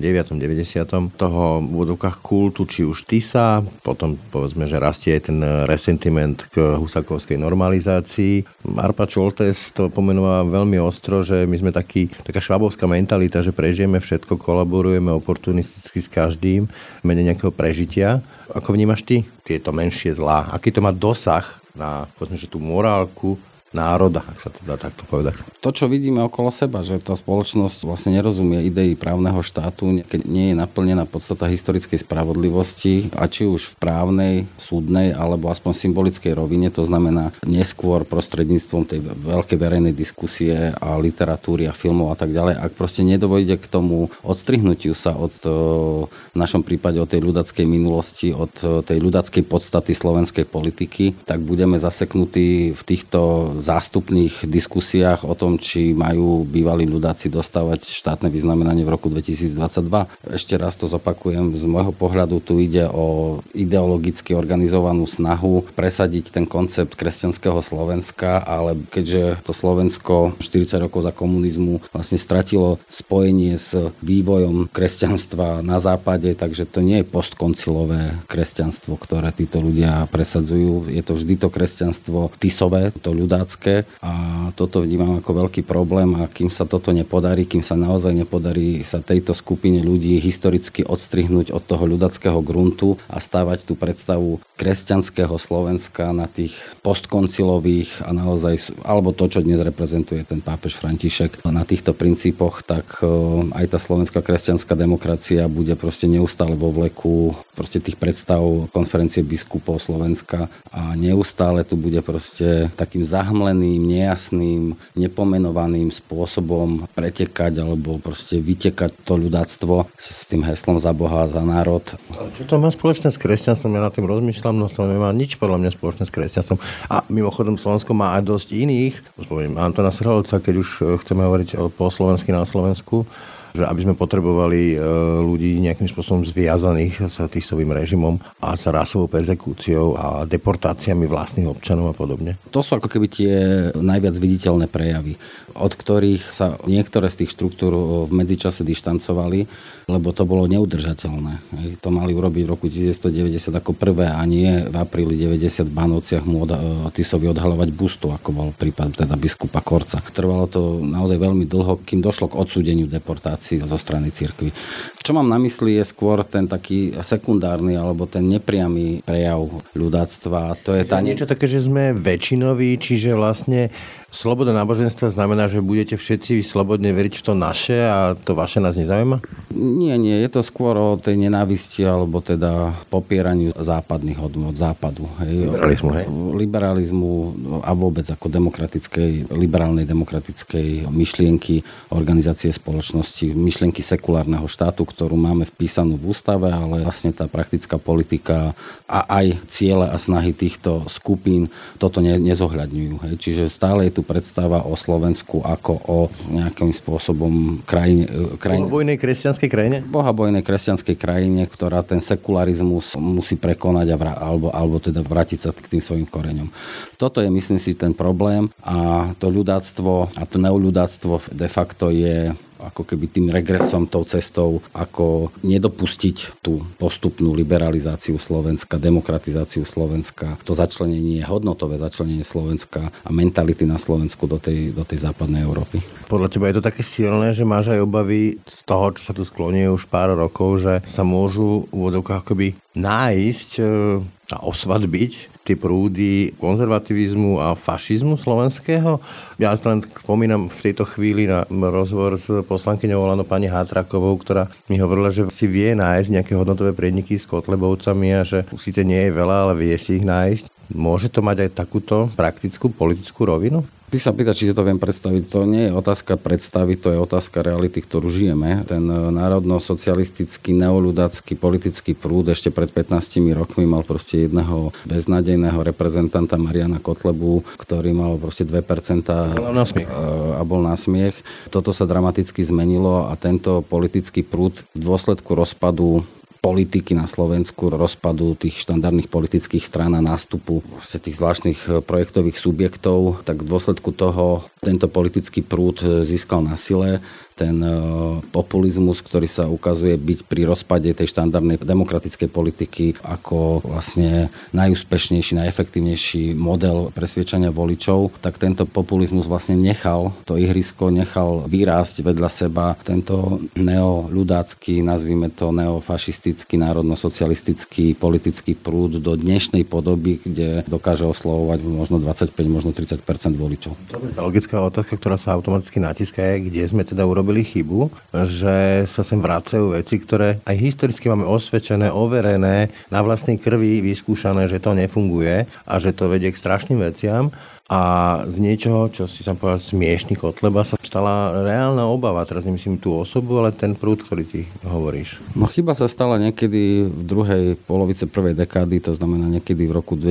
90., toho v úvodzovkách kultu, či už Tisa, potom povedzme, že rastie aj ten resentiment k husákovskej normalizácii. Arpa Čoltes to pomenúva veľmi ostro, že my sme taká švábovská mentalita, že prežijeme všetko, kolaborujeme oportunisticky s každým v mene nejakého prežitia. Ako vnímaš ty tieto menšie zlá? Aký to má dosah na, povedzme, že tú morálku národa, ak sa to dá takto povedať. To, čo vidíme okolo seba, že tá spoločnosť vlastne nerozumie idei právneho štátu, keď nie je naplnená podstata historickej spravodlivosti, a či už v právnej, súdnej, alebo aspoň symbolickej rovine, to znamená neskôr prostredníctvom tej veľkej verejnej diskusie a literatúry a filmov a tak ďalej, ak proste nedovojde k tomu odstrihnutiu sa od, v našom prípade od tej ľudackej minulosti, od tej ľudackej podstaty slovenskej politiky, tak budeme zaseknutí v týchto zástupných diskusiách o tom, či majú bývalí ľudáci dostávať štátne vyznamenanie v roku 2022. Ešte raz to zopakujem, z môjho pohľadu tu ide o ideologicky organizovanú snahu presadiť ten koncept kresťanského Slovenska, ale keďže to Slovensko 40 rokov za komunizmu vlastne stratilo spojenie s vývojom kresťanstva na západe, takže to nie je postkoncilové kresťanstvo, ktoré títo ľudia presadzujú. Je to vždy to kresťanstvo tisové, to ľudácké a toto vnímam ako veľký problém a kým sa toto nepodarí, kým sa naozaj nepodarí sa tejto skupine ľudí historicky odstrihnúť od toho ľudáckeho gruntu a stávať tú predstavu kresťanského Slovenska na tých postkoncilových a naozaj, alebo to, čo dnes reprezentuje ten pápež František na týchto princípoch, tak aj tá slovenská kresťanská demokracia bude proste neustále vo vleku proste tých predstav konferencie biskupov Slovenska a neustále tu bude proste takým zahmleným, nejasným, nepomenovaným spôsobom pretekať alebo proste vytekať to ľudáctvo s tým heslom za Boha a za národ. Čo to má spoločné s kresťanstvom? Ja nad tým rozmýšľam, no to nemá nič podľa mňa spoločné s kresťanstvom. A mimochodom Slovensko má aj dosť iných. Spomeniem Antona Srholca, keď už chceme hovoriť po slovensky na Slovensku, že aby sme potrebovali ľudí nejakým spôsobom zviazaných s tisovým režimom a s rasovou perzekúciou a deportáciami vlastných občanov a podobne. To sú ako keby tie najviac viditeľné prejavy, od ktorých sa niektoré z tých štruktúr v medzičase dištancovali, lebo to bolo neudržateľné. To mali urobiť v roku 1990 ako prvé a nie v apríli 90 v Bánovciach mu Tisovi odhalovať bustu, ako bol prípad teda biskupa Korca. Trvalo to naozaj veľmi dlho, kým došlo k odsúdeniu deportácie zo strany cirkvi. Čo mám na mysli je skôr ten taký sekundárny alebo ten nepriamy prejav ľudáctva. To je tá niečo také, že sme väčšinoví, čiže vlastne sloboda náboženstva znamená, že budete všetci slobodne veriť v to naše a to vaše nás nezaujíma? Nie, je to skôr o tej nenávisti alebo teda popieraniu západných hodnôt západu. Liberalizmu, hej? Liberalizmu a vôbec ako liberálnej demokratickej myšlienky organizácie spoločnosti, myšlienky sekulárneho štátu, ktorú máme vpísanú v ústave, ale vlastne tá praktická politika a aj ciele a snahy týchto skupín toto nezohľadňujú. Hej. Čiže stále je tu predstava o Slovensku ako o nejakým spôsobom krajine. Bohabojnej kresťanskej krajine? Bohabojnej kresťanskej krajine, ktorá ten sekularizmus musí prekonať alebo teda vrátiť sa k tým svojim koreňom. Toto je, myslím si, ten problém a to ľudáctvo a to neoľudáctvo de facto je ako keby tým regresom, tou cestou, ako nedopustiť tú postupnú liberalizáciu Slovenska, demokratizáciu Slovenska, to začlenenie, hodnotové začlenenie Slovenska a mentality na Slovensku do tej západnej Európy. Podľa teba je to také silné, že máš aj obavy z toho, čo sa tu skloňuje už pár rokov, že sa môžu v úvodzovkách akoby nájsť a osvadbiť tie prúdy konzervativizmu a fašizmu slovenského. Ja len spomínam v tejto chvíli na rozhovor s poslankyňou Olano pani Hátrakovou, ktorá mi hovorila, že si vie nájsť nejaké hodnotové priedniky s Kotlebovcami a že síce nie je veľa, ale vie si ich nájsť. Môže to mať aj takúto praktickú politickú rovinu? Ty sa pýta, či si to viem predstaviť. To nie je otázka predstavy, to je otázka reality, ktorú žijeme. Ten národno-socialistický, neoľudácky politický prúd ešte pred 15 rokmi mal proste jedného beznádejného reprezentanta Mariana Kotlebu, ktorý mal proste 2% a bol na smiech. Toto sa dramaticky zmenilo a tento politický prúd v dôsledku rozpadu politiky na Slovensku, rozpadu tých štandardných politických strán a nástupu tých zvláštnych projektových subjektov, tak v dôsledku toho tento politický prúd získal na sile. Ten populizmus, ktorý sa ukazuje byť pri rozpade tej štandardnej demokratickej politiky ako vlastne najúspešnejší, najefektívnejší model presviečania voličov, tak tento populizmus vlastne nechal to ihrisko, nechal vyrásť vedľa seba tento neoľudácky, nazvime to neofašistický, národno-socialistický politický prúd do dnešnej podoby, kde dokáže oslovovať možno 25, možno 30% voličov. Dobre, tá logická otázka, ktorá sa automaticky natíska, je, kde sme teda urobili chybu, že sa sem vracajú veci, ktoré aj historicky máme osvedčené, overené, na vlastnej krvi vyskúšané, že to nefunguje a že to vedie k strašným veciam. a z niečoho, čo si tam povedal smiešný Kotleba, sa stala reálna obava. Teraz nemyslím tú osobu, ale ten prúd, ktorý ty hovoríš. No chyba sa stala niekedy v druhej polovice prvej dekády, to znamená niekedy v roku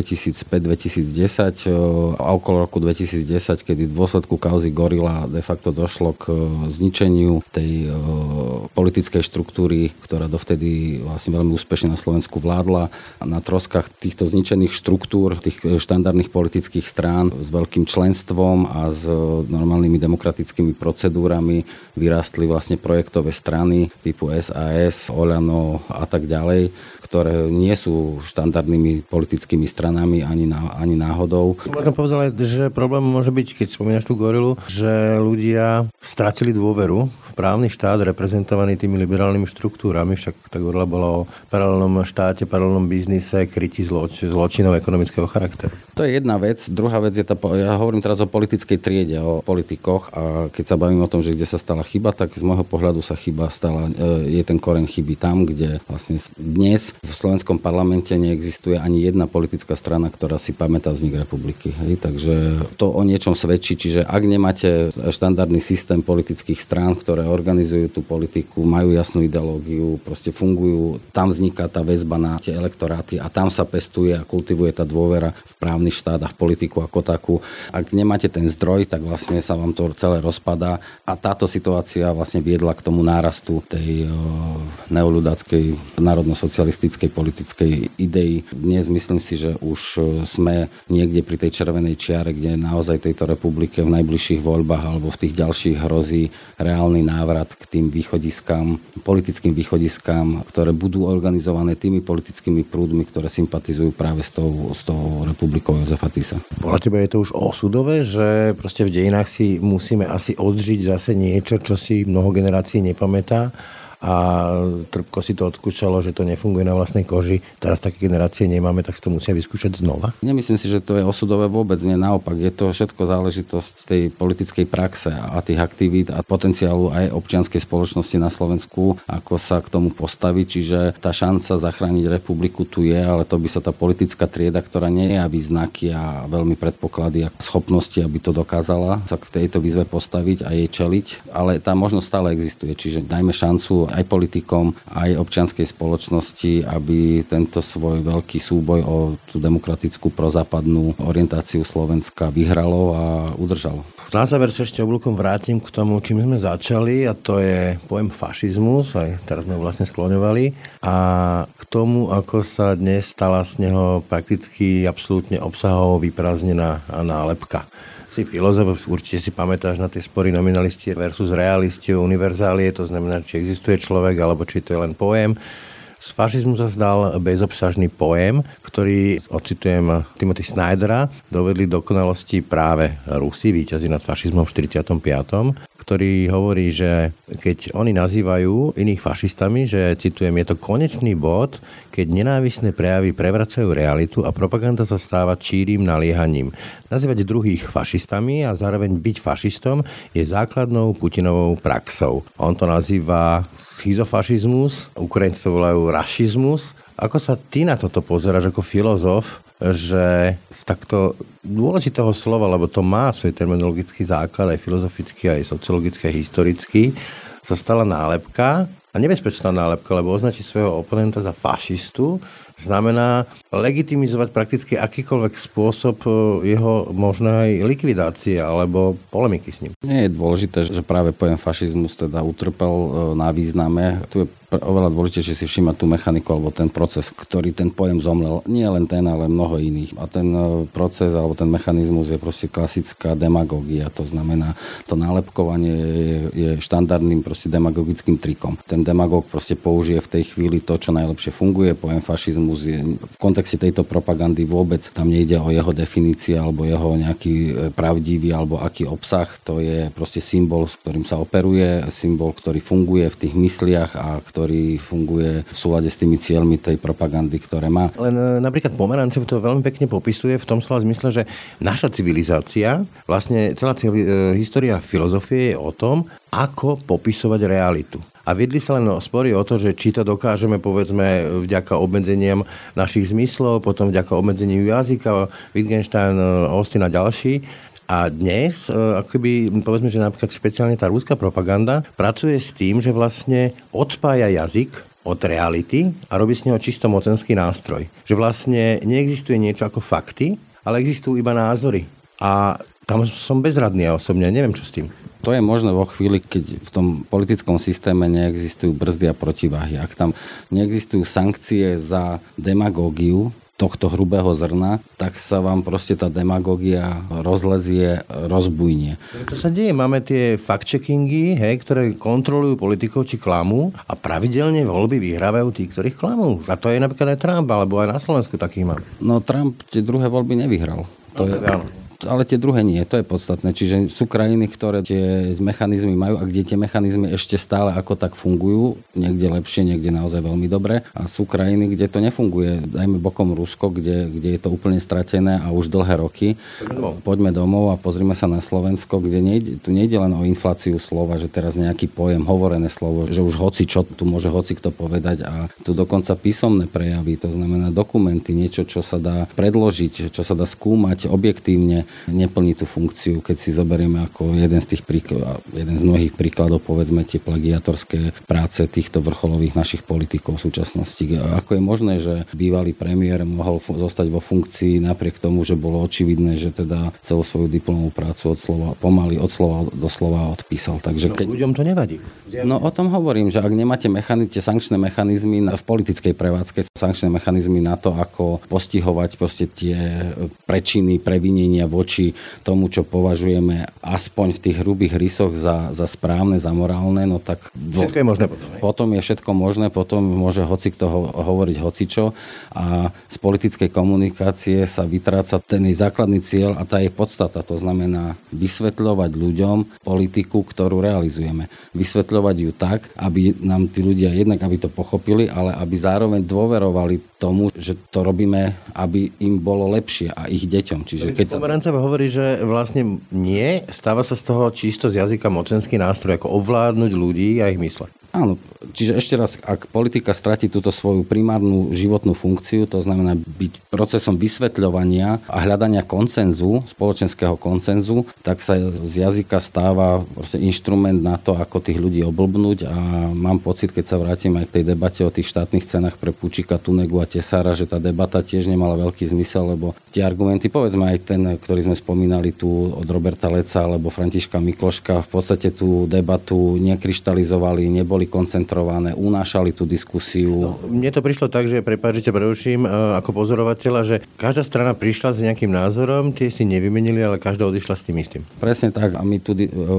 2005-2010 a okolo roku 2010, kedy v dôsledku kauzy Gorila de facto došlo k zničeniu tej politickej štruktúry, ktorá dovtedy vlastne veľmi úspešne na Slovensku vládla. Na troskách týchto zničených štruktúr, tých štandardných politických strán s veľkým členstvom a s normálnymi demokratickými procedúrami vyrástli vlastne projektové strany typu SAS, Oľano a tak ďalej, ktoré nie sú štandardnými politickými stranami ani náhodou. Možno povedať, že problém môže byť, keď spomínaš tú Gorilu, že ľudia stratili dôveru v právny štát reprezentovaný tými liberálnymi štruktúrami, však tá Gorila bola o paralelnom štáte, paralelnom biznise, kryti zločinov ekonomického charakteru. To je jedna vec. Druhá vec je ja hovorím teraz o politickej triede, o politikoch a keď sa bavím o tom, že kde sa stala chyba, tak z môjho pohľadu sa chyba stala, je ten koreň chyby tam, kde vlastne dnes v slovenskom parlamente neexistuje ani jedna politická strana, ktorá si pamätá vznik republiky. Hej? Takže to o niečom svedčí, čiže ak nemáte štandardný systém politických strán, ktoré organizujú tú politiku, majú jasnú ideológiu, proste fungujú, tam vzniká tá väzba na tie elektoráty a tam sa pestuje a kultivuje tá dôvera v právny štát a v politiku ako takú. Ak nemáte ten zdroj, tak vlastne sa vám to celé rozpadá a táto situácia vlastne viedla k tomu nárastu tej neoľudáckej národno-socialistickej politickej idei. Dnes myslím si, že už sme niekde pri tej červenej čiare, kde naozaj tejto republike v najbližších voľbách alebo v tých ďalších hrozí reálny návrat k tým východiskám, politickým východiskám, ktoré budú organizované tými politickými prúdmi, ktoré sympatizujú práve s tou republikou Jozefa Tisa. Podľa teba je to už osudové, že proste v dejinách si musíme asi odžiť zase niečo, čo si mnoho generácií nepamätá a trpko si to odskúšalo, že to nefunguje na vlastnej koži. Teraz také generácie nemáme, tak si to musia vyskúšať znova. Nemyslím si, že to je osudové vôbec, nie, naopak. Je to všetko záležitosť tej politickej praxe a tých aktivít a potenciálu aj občianskej spoločnosti na Slovensku, ako sa k tomu postaviť. Čiže tá šanca zachrániť republiku tu je, ale to by sa tá politická trieda, ktorá nejaví znaky a veľmi predpoklady a schopnosti, aby to dokázala sa k tejto výzve postaviť a jej čeliť. Ale tá možnosť stále existuje, čiže dajme šancu aj politikom, aj občianskej spoločnosti, aby tento svoj veľký súboj o tú demokratickú prozápadnú orientáciu Slovenska vyhralo a udržalo. Na záver sa ešte oblúkom vrátim k tomu, čím sme začali, a to je pojem fašizmus, aj teraz sme ho vlastne skloňovali, a k tomu, ako sa dnes stala z neho prakticky absolútne obsahovo vyprázdnená nálepka. Si filozof, určite si pamätáš na tie spory nominalisti versus realisti, univerzálie, to znamená, či existuje človek, alebo či to je len pojem. Z fašizmu sa zdal bezobsažný pojem, ktorý, ocitujem Timothy Snydera, dovedli dokonalosti práve Rusi, víťazi nad fašizmom v 45., ktorý hovorí, že keď oni nazývajú iných fašistami, že, citujem, je to konečný bod, keď nenávisné prejavy prevracajú realitu a propaganda sa stáva čírym naliehaním. Nazývať druhých fašistami a zároveň byť fašistom je základnou Putinovou praxou. On to nazýva schizofašizmus, Ukrajinci to volajú rašizmus. Ako sa ty na toto pozeráš ako filozof, že z takto dôležitého slova, lebo to má svoj terminologický základ, aj filozofický, aj sociologický, aj historický, sa stala nálepka, a nebezpečná nálepka, lebo označiť svojho oponenta za fašistu znamená legitimizovať prakticky akýkoľvek spôsob jeho možnej likvidácie alebo polemiky s ním. Nie je dôležité, že práve pojem fašizmus teda utrpel na význame. Tu je oveľa dôležitejšie si všímať tú mechaniku alebo ten proces, ktorý ten pojem zomlel. Nie len ten, ale mnoho iných. A ten proces alebo ten mechanizmus je proste klasická demagógia. To znamená, to nálepkovanie je štandardným proste demagogickým trikom. Ten demagóg proste použije v tej chvíli to, čo najlepšie funguje. Pojem fašizmus je v kontexte tejto propagandy vôbec tam nejde o jeho definície alebo jeho nejaký pravdivý alebo aký obsah. To je proste symbol, s ktorým sa operuje, symbol, ktorý funguje v tých mysliach a ktorý funguje v súlade s tými cieľmi tej propagandy, ktoré má. Len napríklad Pomerancev to veľmi pekne popisuje v tom slova zmysle, že naša civilizácia, vlastne celá história filozofie je o tom, ako popisovať realitu. a viedli sa len spory o to, že či to dokážeme, povedzme, vďaka obmedzeniam našich zmyslov, potom vďaka obmedzeniu jazyka, Wittgenstein, Austin a ďalší. A dnes, akoby, povedzme, že napríklad špeciálne tá ruská propaganda pracuje s tým, že vlastne odpája jazyk od reality a robí z neho čisto mocenský nástroj. Že vlastne neexistuje niečo ako fakty, ale existujú iba názory. A tam som bezradný ja osobne, neviem čo s tým. To je možné vo chvíli, keď v tom politickom systéme neexistujú brzdy a protiváhy. Ak tam neexistujú sankcie za demagógiu tohto hrubého zrna, tak sa vám proste tá demagógia rozlezie, rozbujnie. To sa deje. Máme tie fact-checkingy, ktoré kontrolujú politikov, či klamú, a pravidelne voľby vyhrávajú tí, ktorých klamú. A to je napríklad aj Trump, alebo aj na Slovensku takých mám. No Trump tie druhé voľby nevyhral. Ale tie druhé nie, to je podstatné. Čiže sú krajiny, ktoré tie mechanizmy majú a kde tie mechanizmy ešte stále ako tak fungujú, niekde lepšie, niekde naozaj veľmi dobre. A sú krajiny, kde to nefunguje. Dajme bokom Rusko, kde je to úplne stratené a už dlhé roky. Poďme domov a pozrime sa na Slovensko, kde tu nejde len o infláciu slova, že teraz nejaký pojem, hovorené slovo, že už hoci čo tu môže hoci kto povedať, a tu dokonca písomné prejavy, to znamená dokumenty, niečo, čo sa dá predložiť, čo sa dá skúmať objektívne, neplní tú funkciu, keď si zoberieme ako jeden z mnohých príkladov, povedzme, tie plagiatorské práce týchto vrcholových našich politikov v súčasnosti. Ako je možné, že bývalý premiér mohol zostať vo funkcii napriek tomu, že bolo očividné, že teda celú svoju diplomovú prácu pomaly od slova do slova odpísal. Takže ľuďom to nevadí. No o tom hovorím, že ak nemáte tie sankčné mechanizmy v politickej prevádzke, sankčné mechanizmy na to, ako postihovať proste tie prečiny, previnenia voči tomu, čo považujeme aspoň v tých hrubých rysoch za správne, za morálne, no tak všetko je možné potom je všetko možné, potom môže hocikto hovoriť hocičo, a z politickej komunikácie sa vytráca ten jej základný cieľ a tá je podstata. To znamená vysvetľovať ľuďom politiku, ktorú realizujeme. Vysvetľovať ju tak, aby nám tí ľudia jednak aby to pochopili, ale aby zároveň dôverovali tomu, že to robíme, aby im bolo lepšie a ich deťom. Čiže keď Pomerancovi hovorí, že vlastne nie, stáva sa z toho čisto z jazyka mocenský nástroj, ako ovládnuť ľudí a ich mysle. Áno, čiže ešte raz, ak politika stratí túto svoju primárnu životnú funkciu, to znamená byť procesom vysvetľovania a hľadania konsenzu, spoločenského konsenzu, tak sa z jazyka stáva proste inštrument na to, ako tých ľudí oblbnúť, a mám pocit, keď sa vrátim aj k tej debate o tých štátnych cenách pre Pučika, Tunegu a Tesára, že tá debata tiež nemala veľký zmysel, lebo tie argumenty, povedzme aj ten, ktorý sme spomínali tu od Roberta Leca alebo Františka Mikloška, v podstate tú debatu nekryštalizovali, neboli koncentrované, unášali tú diskusiu. No, mne to prišlo tak, že prepáčte, preruším, ako pozorovateľa, že každá strana prišla s nejakým názorom, tie si nevymenili, ale každá odišla s tým istým. Presne tak, a my tu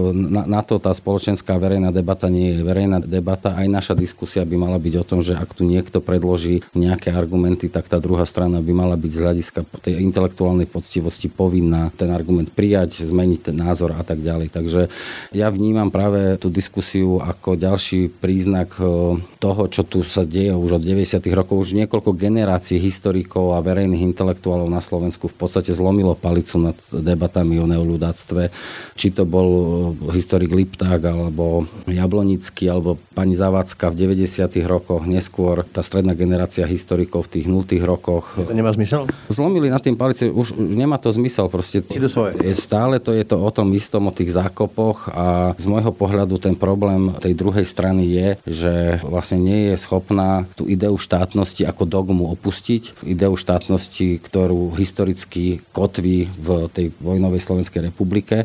na to tá spoločenská verejná debata nie je verejná debata, aj naša diskusia by mala byť o tom, že ak tu niekto predloží nejaké argumenty, tak tá druhá strana by mala byť z hľadiska tej intelektuálnej poctivosti povinná ten argument prijať, zmeniť ten názor a tak ďalej. Takže ja vnímam práve tú diskusiu ako ďalší príznak toho, čo tu sa deje už od 90. rokov. Už niekoľko generácií historikov a verejných intelektuálov na Slovensku v podstate zlomilo palicu nad debatami o neoľudáctve. Či to bol historik Lipták, alebo Jablonický, alebo pani Zavadzka v 90. rokoch, neskôr tá stredná generácia historikov v tých 0. rokoch. To nemá zmysel? Zlomili nad tým palice, už nemá to zmysel. Proste stále to je to o tom istom, o tých zákopoch, a z môjho pohľadu ten problém tej druhej strany je, že vlastne nie je schopná tú ideu štátnosti ako dogmu opustiť. Ideu štátnosti, ktorú historicky kotví v tej vojnovej Slovenskej republike.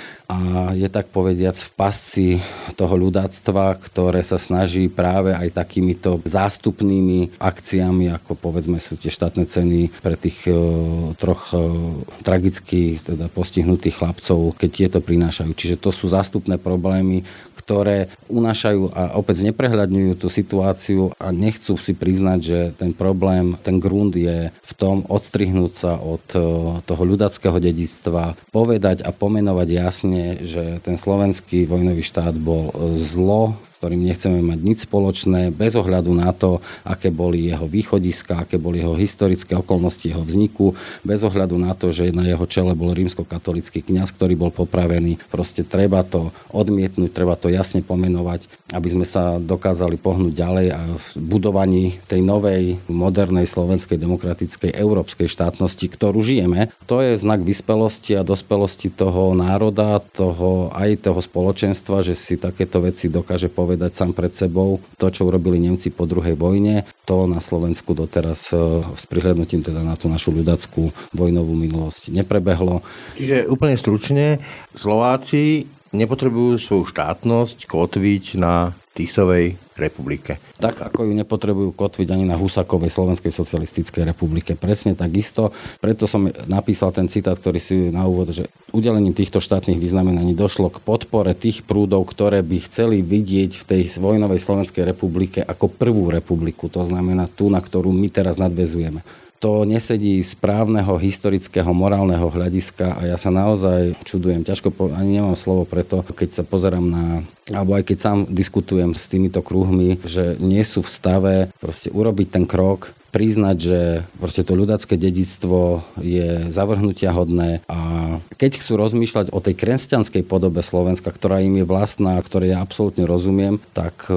A je tak povediac v pasci toho ľudáctva, ktoré sa snaží práve aj takýmito zástupnými akciami, ako povedzme sú tie štátne ceny pre tých troch tragicky teda postihnutých chlapcov, keď tieto prinášajú. Čiže to sú zástupné problémy, ktoré unášajú a opäť neprehľadňujú tú situáciu a nechcú si priznať, že ten problém, ten grund je v tom odstrihnúť sa od toho ľudáckeho dedičstva, povedať a pomenovať jasne, že ten slovenský vojnový štát bol zlo, ktorým nechceme mať nič spoločné, bez ohľadu na to, aké boli jeho východiska, aké boli jeho historické okolnosti jeho vzniku, bez ohľadu na to, že na jeho čele bol rímskokatolícky kňaz, ktorý bol popravený. Proste treba to odmietnúť, treba to jasne pomenovať, aby sme sa dokázali pohnúť ďalej a v budovaní tej novej, modernej slovenskej demokratickej európskej štátnosti, ktorú žijeme. To je znak vyspelosti a dospelosti toho národa, aj toho spoločenstva, že si takéto veci dokáže povedať sám pred sebou. To, čo urobili Nemci po druhej vojne, to na Slovensku doteraz s prihľadnutím teda na tú našu ľudackú vojnovú minulosť neprebehlo. Čiže úplne stručne, Slováci nepotrebujú svoju štátnosť kotviť na Tisovej republike. Tak, ako ju nepotrebujú kotviť ani na Husákovej Slovenskej socialistickej republike. Presne takisto. Preto som napísal ten citát, ktorý si na úvod, že udelením týchto štátnych vyznamenaní došlo k podpore tých prúdov, ktoré by chceli vidieť v tej vojnovej Slovenskej republike ako prvú republiku. To znamená tú, na ktorú my teraz nadväzujeme. To nesedí z právneho, historického, morálneho hľadiska a ja sa naozaj čudujem, ani nemám slovo preto, keď sa pozerám alebo aj keď sám diskutujem s týmito kruhmi, že nie sú v stave proste urobiť ten krok, priznať, že proste to ľudacké dedičstvo je zavrhnutia hodné a keď chcú rozmýšľať o tej kresťanskej podobe Slovenska, ktorá im je vlastná, ktorej ja absolútne rozumiem, tak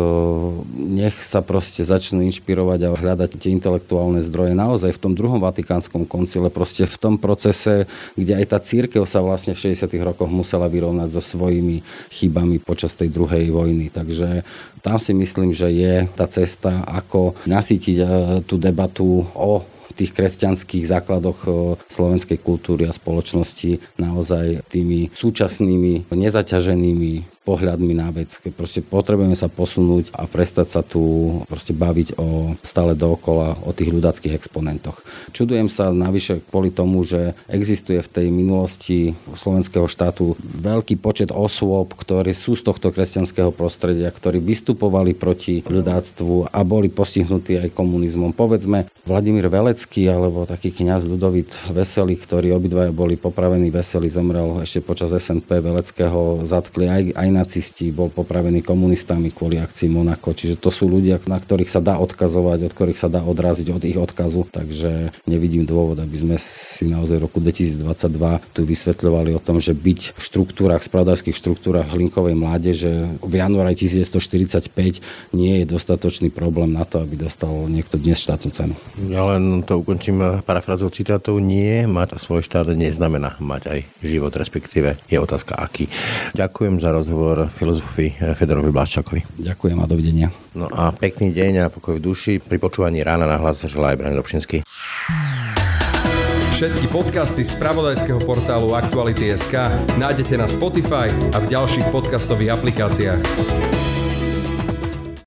nech sa proste začnú inšpirovať a hľadať tie intelektuálne zdroje naozaj v tom druhom Vatikánskom koncile, proste v tom procese, kde aj tá cirkev sa vlastne v 60. rokoch musela vyrovnať so svojimi chybami počas tej druhej vojny. Takže tam si myslím, že je tá cesta, ako nasýtiť tú debatu o tých kresťanských základoch slovenskej kultúry a spoločnosti naozaj tými súčasnými, nezaťaženými pohľadmi na vec. Proste potrebujeme sa posunúť a prestať sa tu proste baviť stále dookola o tých ľudackých exponentoch. Čudujem sa navyše kvôli tomu, že existuje v tej minulosti slovenského štátu veľký počet osôb, ktoré sú z tohto kresťanského prostredia, ktorí vystupovali proti ľudáctvu a boli postihnutí aj komunizmom. Povedzme, Vladimír Velecký alebo taký kňaz Ľudovít Veselý, ktorí obidvaja boli popravení. Veselý zomrel ešte počas SNP, Veleckého zatkli aj nacisti, bol popravený komunistami kvôli akcii Monako. Čiže to sú ľudia, na ktorých sa dá odkazovať, od ktorých sa dá odraziť od ich odkazu. Takže nevidím dôvod, aby sme si naozaj v roku 2022 tu vysvetľovali o tom, že byť v štruktúrach, spravodajských štruktúrach Hlinkovej mládeže v januári 1945 nie je dostatočný problém na to, aby dostal niekto dnes štátnu cenu. Ja len to ukončím parafrázou citátov. Nie, mať svoj štát neznamená mať aj život, respektíve je otázka aký. Ďakujem za rozhovor filozofovi Fedorovi Bláščakovi. Ďakujem a dovidenia. No a pekný deň a pokoj v duši. Pri počúvaní Rána na hlas sa želá aj Brane Dobšinský. Všetky podcasty z spravodajského portálu Aktuality.sk nájdete na Spotify a v ďalších podcastových aplikáciách.